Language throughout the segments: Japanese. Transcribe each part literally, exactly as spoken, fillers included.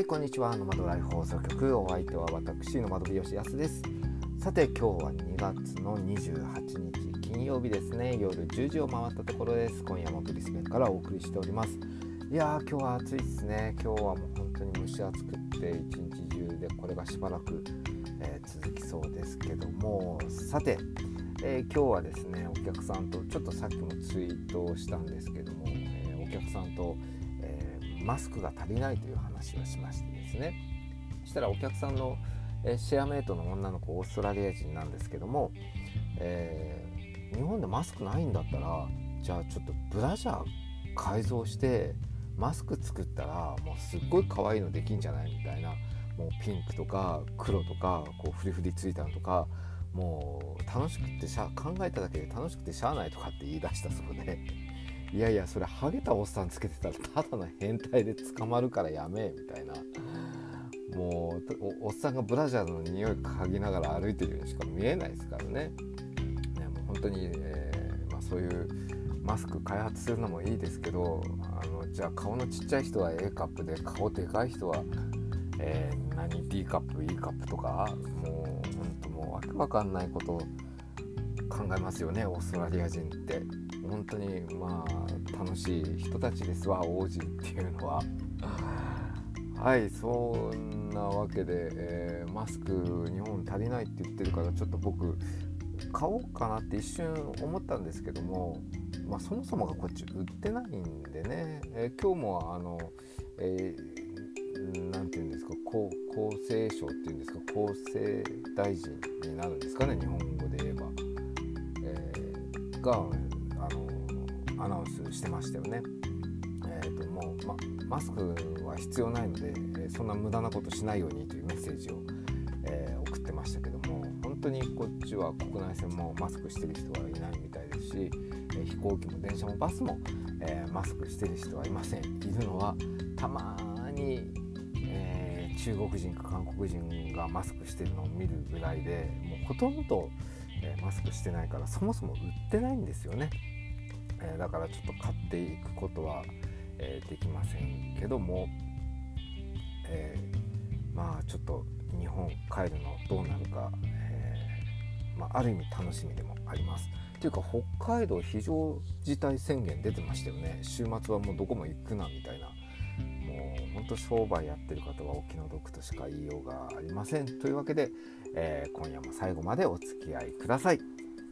はいこんにちは。ノマドライフ放送局、お相手は私ノマド美容師やすです。さて今日はにがつのにじゅうはちにち金曜日ですね。夜じゅうじを回ったところです。今夜もブリスベンからお送りしております。いやー今日は暑いですね。今日はもう本当に蒸し暑くって一日中でこれがしばらく、えー、続きそうですけども、さて、えー、今日はですねお客さんとちょっとさっきもツイートをしたんですけども、えー、お客さんと、えー、マスクが足りないという話をしましてですね、そしたらお客さんの、えー、シェアメイトの女の子オーストラリア人なんですけども、えー、日本でマスクないんだったらじゃあちょっとブラジャー改造してマスク作ったらもうすっごい可愛いのできんじゃないみたいな、もうピンクとか黒とかこうフリフリついたのとか、もう楽しくてしゃ考えただけで楽しくてしゃあないとかって言い出したそうで、いやいやそれハゲたおっさんつけてたらただの変態で捕まるからやめえみたいな、もう お, おっさんがブラジャーの匂い嗅ぎながら歩いてるようにしか見えないですからね。ねもう本当に、えーまあ、そういうマスク開発するのもいいですけど、あのじゃあ顔のちっちゃい人は A カップで顔でかい人は、えー、何 D カップ E カップとか、もう本当もうわけわかんないことを考えますよねオーストラリア人って。本当にまあ楽しい人たちですわ王子っていうのは。はい、そんなわけで、えー、マスク日本足りないって言ってるからちょっと僕買おうかなって一瞬思ったんですけども、まあ、そもそもがこっち売ってないんでね、えー、今日もあの、えー、なんていうんですか、厚生省っていうんですか、厚生大臣になるんですかね、日本語で言えば、えー、があのアナウンスしてましたよね。えーともうま、マスクは必要ないので、えー、そんな無駄なことしないようにというメッセージを、えー、送ってましたけども、本当にこっちは国内線もマスクしてる人はいないみたいですし、えー、飛行機も電車もバスも、えー、マスクしてる人はいません。いるのはたまに、えー、中国人か韓国人がマスクしてるのを見るぐらいで、もうほとんど、えー、マスクしてないからそもそも売ってないんですよね。えー、だからちょっと買っていくことはえー、できませんけども、えー、まあちょっと日本帰るのどうなるか、えーまあ、ある意味楽しみでもあります。というか北海道非常事態宣言出てましたよね。週末はもうどこも行くなみたいな、もう本当商売やってる方はお気の毒としか言いようがありません。というわけで、えー、今夜も最後までお付き合いください。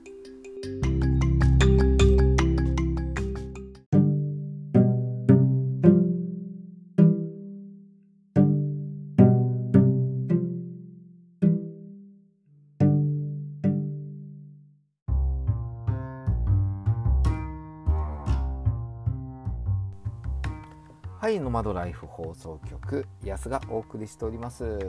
はい、ノマドライフ放送局、安がお送りしております。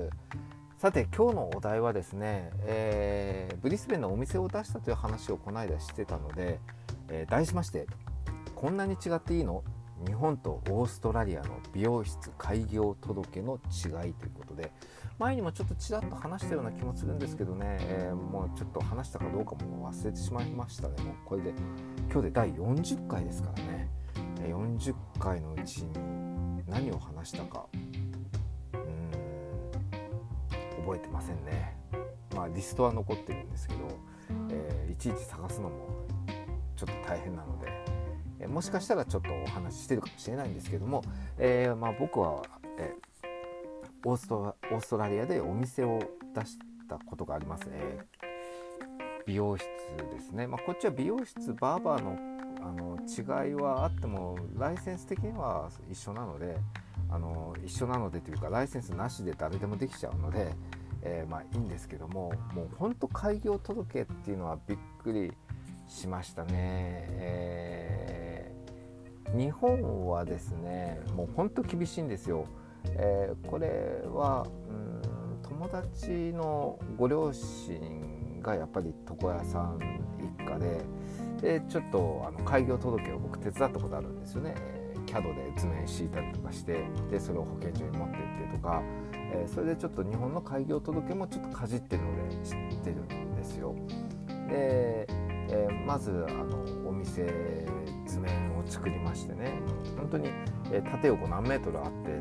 さて今日のお題はですね、えー、ブリスベンのお店を出したという話をこの間してたので、えー、題しまして、こんなに違っていいの？日本とオーストラリアの美容室開業届の違いということで、前にもちょっとちらっと話したような気もするんですけどね、えー、もうちょっと話したかどうかも忘れてしまいましたね。もうこれで今日でだいよんじゅっかいですからね。よんじゅっかいのうちに何を話したかうーん覚えてませんね。まあリストは残ってるんですけど、えー、いちいち探すのもちょっと大変なので、えー、もしかしたらちょっとお話ししてるかもしれないんですけども、えーまあ、僕は、えー、オーストラ、オーストラリアでお店を出したことがあります。えー、美容室ですね。まあ、こっちは美容室バーバーのあの違いはあってもライセンス的には一緒なので、あの一緒なのでというかライセンスなしで誰でもできちゃうので、えー、まあいいんですけども、もう本当開業届っていうのはびっくりしましたね。えー、日本はですねもう本当厳しいんですよ。えー、これはうん友達のご両親がやっぱり床屋さん一家で、でちょっとあの開業届を僕手伝ったことあるんですよね。キャドで図面敷いたりとかして、でそれを保健所に持って行ってとか、えー、それでちょっと日本の開業届もちょっとかじってるので知ってるんですよ。で、えー、まずあのお店図面を作りましてね、本当に、えー、縦横何メートルあってっ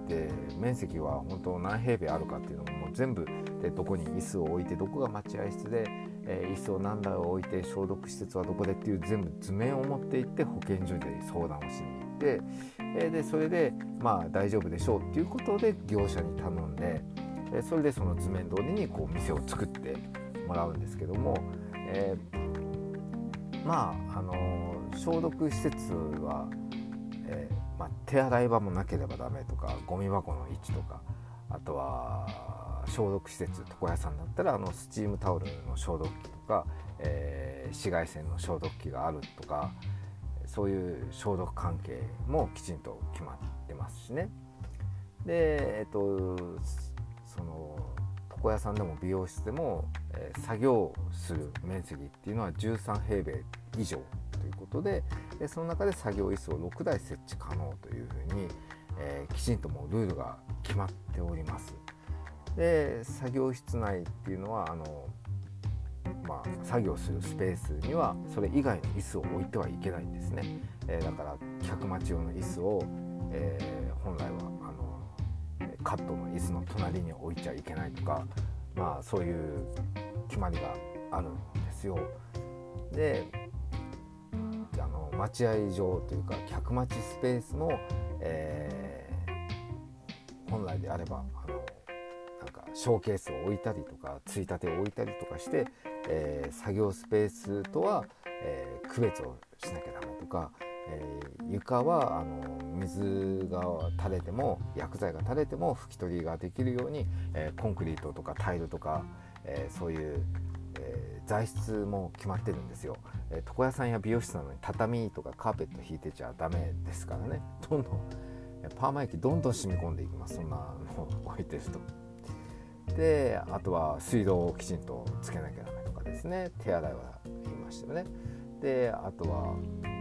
で面積は本当何平米あるかっていうのももう全部で、どこに椅子を置いてどこが待合室で、えー、椅子を何台置いて消毒施設はどこでっていう全部図面を持って行って保健所で相談をしに行って、えー、でそれでまあ大丈夫でしょうっていうことで業者に頼んで、えー、それでその図面通りにこう店を作ってもらうんですけども、えー、まああのー、消毒施設は、えーまあ、手洗い場もなければダメとか、ゴミ箱の位置とか、あとは消毒施設、床屋さんだったらあのスチームタオルの消毒機とか、えー、紫外線の消毒機があるとか、そういう消毒関係もきちんと決まってますしね。で、えっとその床屋さんでも美容室でも、えー、作業する面積っていうのはじゅうさん平米以上ということで、でその中で作業椅子をろくだい設置可能というふうに、えー、きちんともうルールが決まっております。で作業室内っていうのはあの、まあ、作業するスペースにはそれ以外の椅子を置いてはいけないんですね。えー、だから客待ち用の椅子を、えー、本来はあのカットの椅子の隣に置いちゃいけないとか、まあ、そういう決まりがあるんですよ。であの待合場というか客待ちスペースも、えー、本来であればあのなんかショーケースを置いたりとかついたてを置いたりとかして、えー、作業スペースとは、えー、区別をしなきゃダメとか、えー、床はあの水が垂れても薬剤が垂れても拭き取りができるように、えー、コンクリートとかタイルとか、えー、そういう、えー、材質も決まってるんですよ。えー、床屋さんや美容室なのに畳とかカーペット引いてちゃダメですからね。どんどんパーマ液どんどん染み込んでいきます。そんなのを置いてると。であとは水道をきちんとつけなきゃダメとかですね。手洗いは言いましたよね。であとは、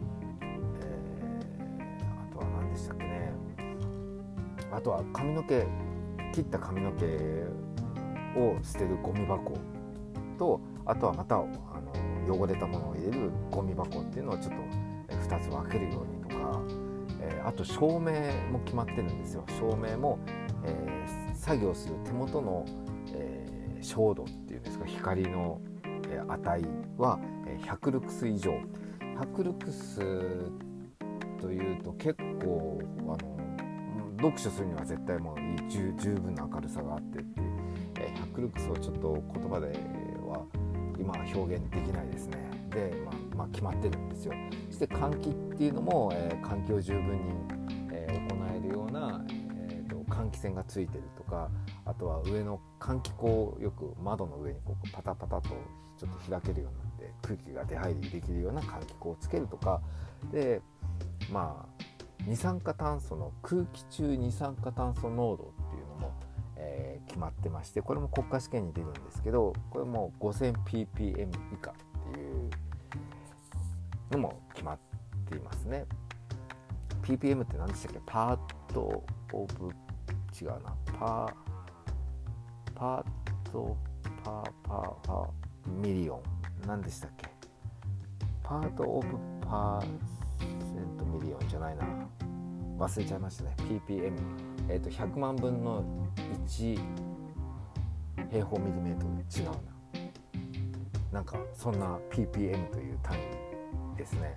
えー、あとは何でしたっけね。あとは髪の毛切った髪の毛を捨てるゴミ箱と、あとはまたあの汚れたものを入れるゴミ箱っていうのをちょっとふたつ分けるようにとか、えー、あと照明も決まってるんですよ。照明も、えー、作業する手元の、えー、照度っていうんですか、光の、えー、値はひゃくルクス以上。ひゃくルクスというと結構あの読書するには絶対もういい 十, 十分な明るさがあってっていう、えー、ひゃくルクスをちょっと言葉では今は表現できないですね。で、まあまあ、決まってるんですよ。そして換気っていうのも、えー、換気を十分に、えー、行えるような、えー、と換気扇がついてるとか、あとは上の換気口をよく窓の上にこうパタパタとちょっと開けるようになって空気が出入りできるような換気口をつけるとかで、まあ二酸化炭素の空気中二酸化炭素濃度っていうのも、えー、決まってまして、これも国家試験に出るんですけど、これも ごせんピーピーエム 以下っていうのも決まっていますね。 ピーピーエム って何でしたっけ。パートオブ違うなパーパートパーパーパーミリオン何でしたっけ。パートオブパーセントミリオンじゃないな、忘れちゃいましたね。 ピーピーエム、えーと、ひゃくまんぶんのいち平方ミリメートル違うな、なんかそんな ピーピーエム という単位ですね。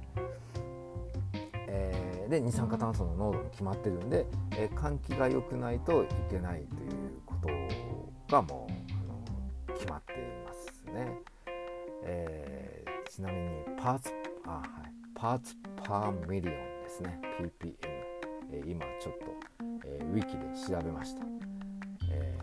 えー、で二酸化炭素の濃度も決まってるんで、えー、換気が良くないといけないということがもうあの決まっていますね。えー、ちなみにパーツあ、はい、パーツパーミリオンですね。 ピーピーエム、えー、今ちょっと、えー、ウィキで調べました。え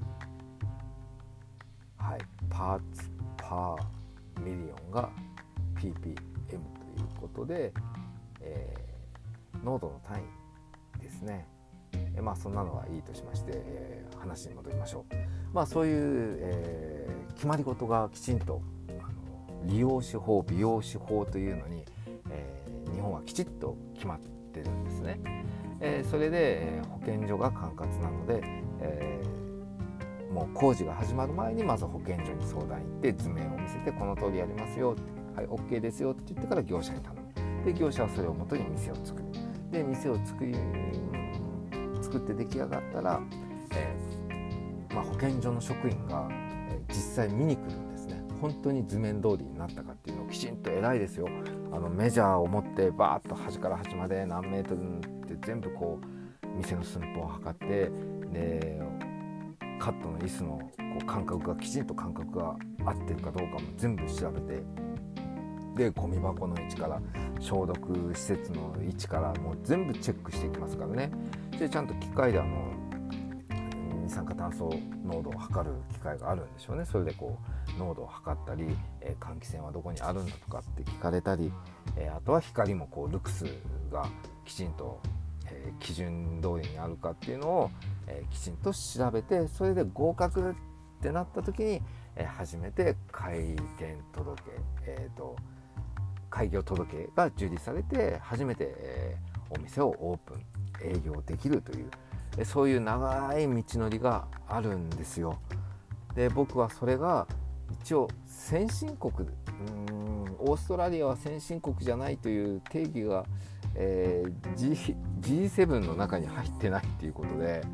ー、はい、パーツパーミリオンが ピーピーエム ということで、えー、濃度の単位ですね。えー、まあそんなのはいいとしまして、えー、話に戻りましょう。まあそういう、えー、決まり事がきちんとあの利用手法美容手法というのに、えー、日本はきちっと決まってるんですね。えー、それで、えー、保健所が管轄なので、えー、もう工事が始まる前にまず保健所に相談行って図面を見せてこの通りやりますよって、はい OK ですよって言ってから業者に頼む。で業者はそれをもとに店を作る。で店を作り作っ作って出来上がったら、えーまあ、保健所の職員が、えー、実際見に来るんですね。本当に図面通りになったかっていうのをきちんと偉いですよ。あのメジャーを持ってバーッと端から端まで何メートルって全部こう店の寸法を測って、でカットの椅子のこう間隔がきちんと間隔が合ってるかどうかも全部調べて、でゴミ箱の位置から消毒施設の位置からもう全部チェックしていきますからね。でちゃんと機械であの二酸化炭素濃度を測る機械があるんでしょうね。それでこう濃度を測ったり、えー、換気扇はどこにあるんだとかって聞かれたり、えー、あとは光もこうルクスがきちんと、えー、基準通りにあるかっていうのを、えー、きちんと調べて、それで合格ってなった時に、えー、初めて開店届、えーと開業届が受理されて初めて、えー、お店をオープン営業できるという、えー、そういう長い道のりがあるんですよ。で僕はそれが一応先進国、うーんオーストラリアは先進国じゃないという定義が、えー、G、ジーセブン の中に入ってないっていうことで、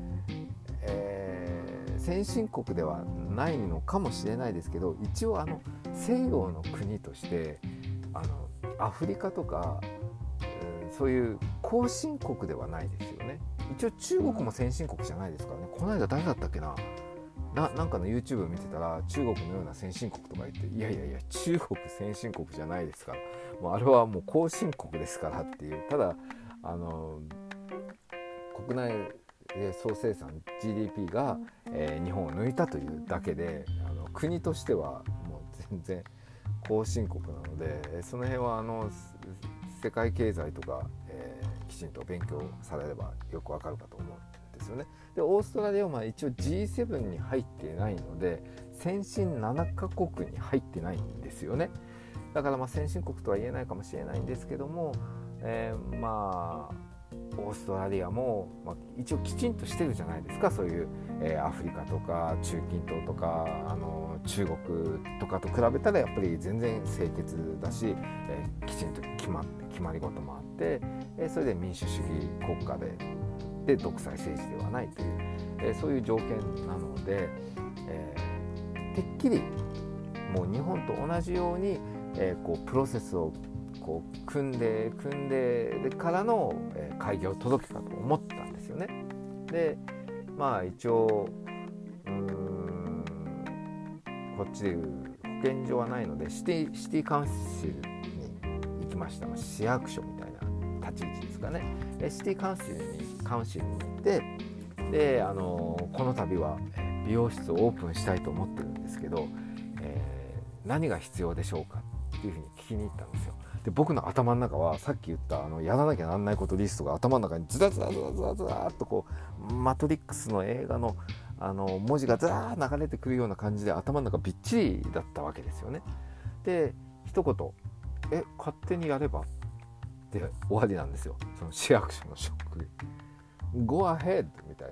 えー、先進国ではないのかもしれないですけど、一応あの西洋の国としてあのアフリカとか、うん、そういう後進国ではないですよね。一応中国も先進国じゃないですからね。この間誰だったっけな、な, なんかの YouTube 見てたら中国のような先進国とか言って、いやいやいや中国先進国じゃないですから、もうあれはもう後進国ですからっていう。ただあの国内総生産 ジーディーピー が、えー、日本を抜いたというだけで、あの国としてはもう全然後進国なので、その辺はあの世界経済とか、えー、きちんと勉強されればよくわかるかと思うんですよね。でオーストラリアはまあ一応 ジーセブン に入っていないので先進ななカ国に入ってないんですよね。だからまあ先進国とは言えないかもしれないんですけども、えー、まあオーストラリアも、まあ、一応きちんとしてるじゃないですか。そういう、えー、アフリカとか中近東とかあの中国とかと比べたらやっぱり全然清潔だし、えー、きちんと決まって決まり事もあって、えー、それで民主主義国家で、で独裁政治ではないという、えー、そういう条件なので、えー、てっきりもう日本と同じように、えー、こうプロセスをこう組んで組んででからの、えー、開業届かと思ったんですよね。でまあ一応うーんこっちでいう保健所はないのでシティ、シティカウンシルに行きました。市役所みたいな立ち位置ですかね。シティカウンシルにカウンシルに行って、であのこの度は美容室をオープンしたいと思ってるんですけど、えー、何が必要でしょうかっていうふうに聞きに行ったんですよ。で僕の頭の中はさっき言ったあのやらなきゃなんないことリストが頭の中にズラズラズラズラズラっとこうマトリックスの映画のあの文字がザー流れてくるような感じで頭の中びっちりだったわけですよね。で一言え勝手にやればで終わりなんですよ。その市役所の職員 Go ahead みたいな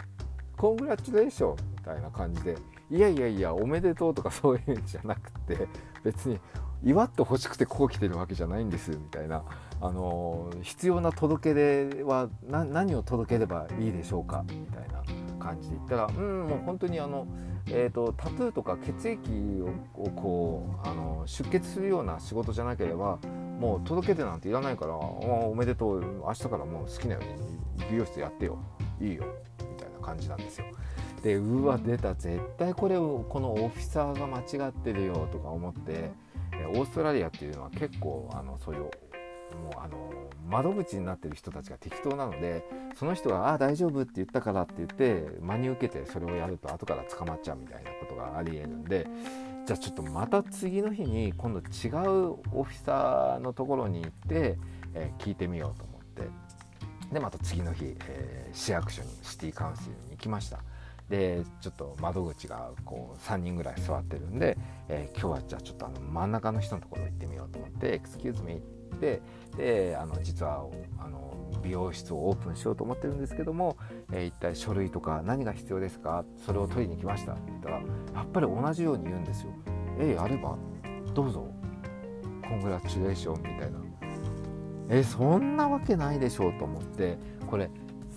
Congratulations みたいな感じで、いやいやいやおめでとうとかそういうんじゃなくて、別に祝ってほしくてここ来てるわけじゃないんですみたいな、あのー、必要な届け出はな何を届ければいいでしょうかみたいな感じで言ったら、うんもう本当にあの、えーと、タトゥーとか血液を、をこうあの出血するような仕事じゃなければもう届け出なんていらないから、おめでとう明日からもう好きなように美容室やってよいいよみたいな感じなんですよ。でうわ出た絶対これをこのオフィサーが間違ってるよとか思って、オーストラリアっていうのは結構あのそういうもうあの窓口になってる人たちが適当なので、その人があ大丈夫って言ったからって言って真に受けてそれをやると後から捕まっちゃうみたいなことがありえるんで、じゃあちょっとまた次の日に今度違うオフィサーのところに行って、えー、聞いてみようと思って、でまた次の日、えー、市役所にシティカウンシルに行きました。でちょっと窓口がこうさんにんぐらい座ってるんで、えー、今日はじゃあちょっとあの真ん中の人のところ行ってみようと思ってエクスキューズミーってであの実はあの美容室をオープンしようと思ってるんですけども、えー、一体書類とか何が必要ですか、それを取りに来ましたって言ったらやっぱり同じように言うんですよ。えやればどうぞコングラチュレーションみたいな、えそんなわけないでしょうと思って、これ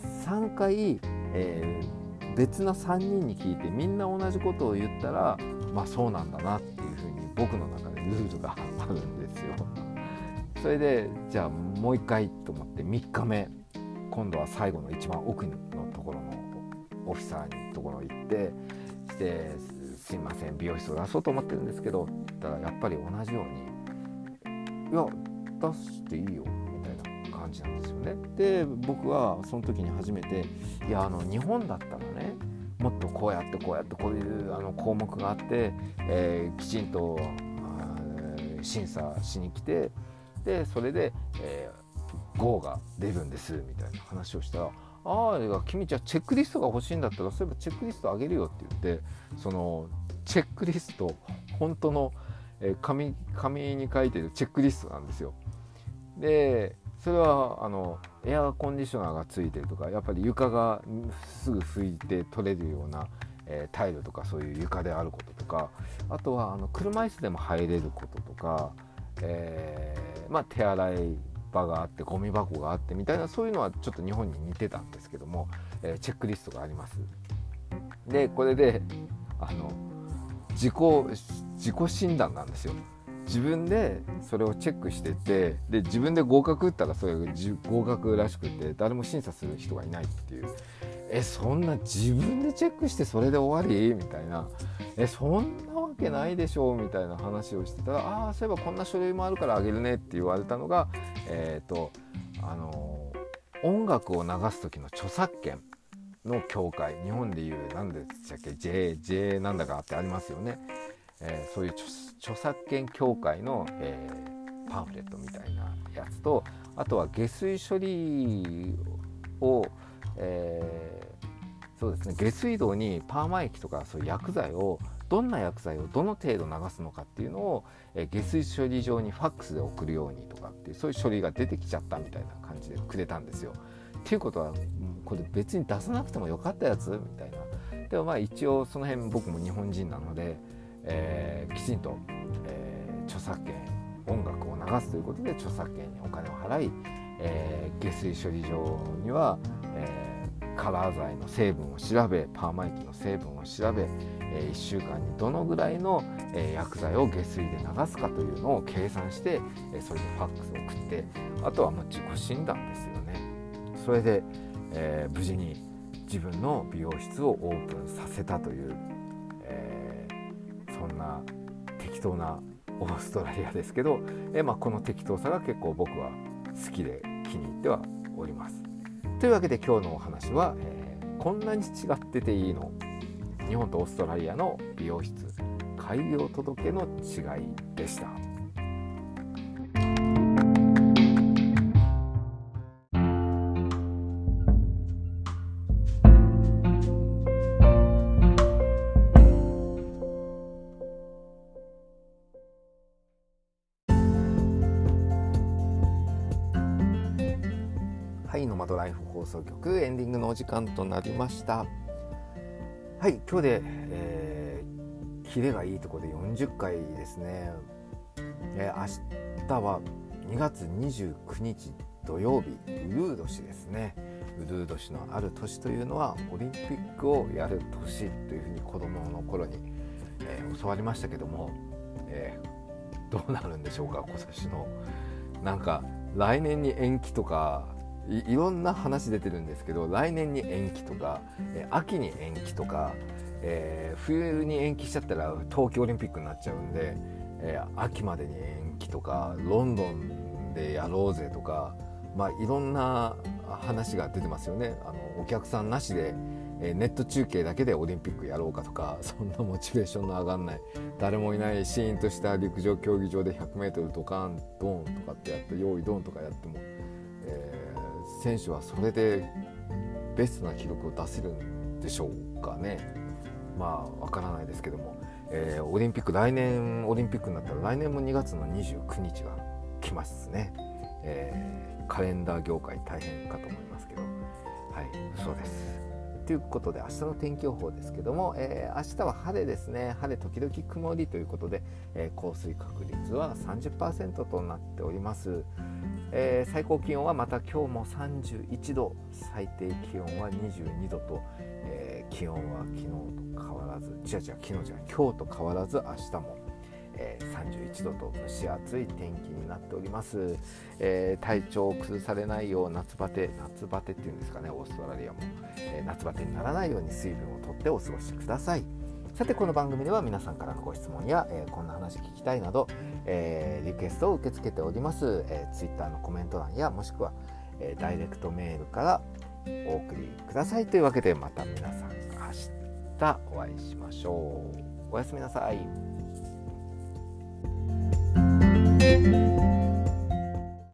さんかい、えー、別なさんにんに聞いてみんな同じことを言ったら、まあそうなんだなっていうふうに僕の中でルールがあるんですよ。それでじゃあもう一回と思ってみっかめ、今度は最後の一番奥のところのオフィサーのところに行って、ですいません美容室を出そうと思ってるんですけどって言ったら、やっぱり同じようにいや出していいよみたいな感じなんですよね。で僕はその時に初めて、いやあの日本だったらね、もっとこうやってこうやってこういうあの項目があって、えー、きちんと審査しに来て、でそれで、えー、ゴーが出るんですみたいな話をしたら、ああ君じゃあチェックリストが欲しいんだったら、そういえばチェックリストあげるよって言って、そのチェックリスト本当の、えー、紙, 紙に書いてるチェックリストなんですよ。でそれはあのエアコンディショナーがついてるとか、やっぱり床がすぐ拭いて取れるような、えー、タイルとかそういう床であることとか、あとはあの車椅子でも入れることとか、えーまあ、手洗い場があってゴミ箱があってみたいな、そういうのはちょっと日本に似てたんですけども、えー、チェックリストがあります。でこれであの自己自己診断なんですよ。自分でそれをチェックしてて、で自分で合格打ったらそれが合格らしくて、誰も審査する人がいないっていう、えそんな自分でチェックしてそれで終わりみたいな、えそんなわけないでしょみたいな話をしてたら、ああそういえばこんな書類もあるからあげるねって言われたのが、えっとあの音楽を流す時の著作権の協会、日本でいう何でしたっけ J, J なんだかってありますよね。えー、そういう著作権協会の、えー、パンフレットみたいなやつと、あとは下水処理を、えー、そうですね、下水道にパーマ液とかそういう薬剤を、どんな薬剤をどの程度流すのかっていうのを、えー、下水処理場にファックスで送るようにとかっていう、そういう書類が出てきちゃったみたいな感じでくれたんですよ。っていうことは、これ別に出さなくてもよかったやつみたいな。でもまあ一応その辺僕も日本人なので、えー、きちんと、えー、著作権、音楽を流すということで著作権にお金を払い、えー、下水処理場には、えー、カラー剤の成分を調べ、パーマ液の成分を調べ、えー、いっしゅうかんにどのぐらいの、えー、薬剤を下水で流すかというのを計算して、えー、それでファックスを送って、あとはまあ自己診断ですよね。それで、えー、無事に自分の美容室をオープンさせたという、えー、そんな適当なオーストラリアですけど、えーまあ、この適当さが結構僕は好きで気に入ってはおります。というわけで今日のお話は、えー、こんなに違ってていいの、日本とオーストラリアの美容室開業届の違いでした。はい、ノマドライフ放送局エンディングのお時間となりました。はい、今日で、えー、キレがいいところでよんじゅっかいですね。えー、明日はにがつにじゅうくにち土曜日、ウルー年ですね。ウルー年のある年というのはオリンピックをやる年というふうに子供の頃に、えー、教わりましたけども、えー、どうなるんでしょうか今年の。なんか来年に延期とか い, いろんな話出てるんですけど、来年に延期とか、えー、秋に延期とか、えー、冬に延期しちゃったら冬季オリンピックになっちゃうんで、えー、秋までに延期とか、ロンドンでやろうぜとか、まあ、いろんな話が出てますよね。あのお客さんなしで、えー、ネット中継だけでオリンピックやろうかとか、そんなモチベーションの上がんない、誰もいないシーンとした陸上競技場で ひゃくメートル ドカーンドーンとかってやって、用意ドンとかやっても、えー、選手はそれでベストな記録を出せるんでしょうかね。まあわからないですけども、えー、オリンピック、来年オリンピックになったら来年もにがつのにじゅうくにちが来ますね。えー、カレンダー業界大変かと思いますけど、はい、そうです。ということで明日の天気予報ですけども、えー、明日は晴れですね。晴れ時々曇りということで、えー、降水確率は さんじゅっパーセント となっております。 えー、最高気温はまた今日もさんじゅういちど、最低気温はにじゅうにどと、えー、気温は昨日と変わらず、違う違う昨日じゃない今日と変わらず明日も、えー、さんじゅういちどと蒸し暑い天気になっております。えー、体調を崩されないよう夏バテ夏バテっていうんですかね、オーストラリアも、えー、夏バテにならないように水分をとってお過ごしください。さてこの番組では皆さんからのご質問や、えー、こんな話聞きたいなど、えー、リクエストを受け付けております。えー、Twitter のコメント欄やもしくは、えー、ダイレクトメールからお送りください。というわけでまた皆さん明日お会いしましょう。おやすみなさい。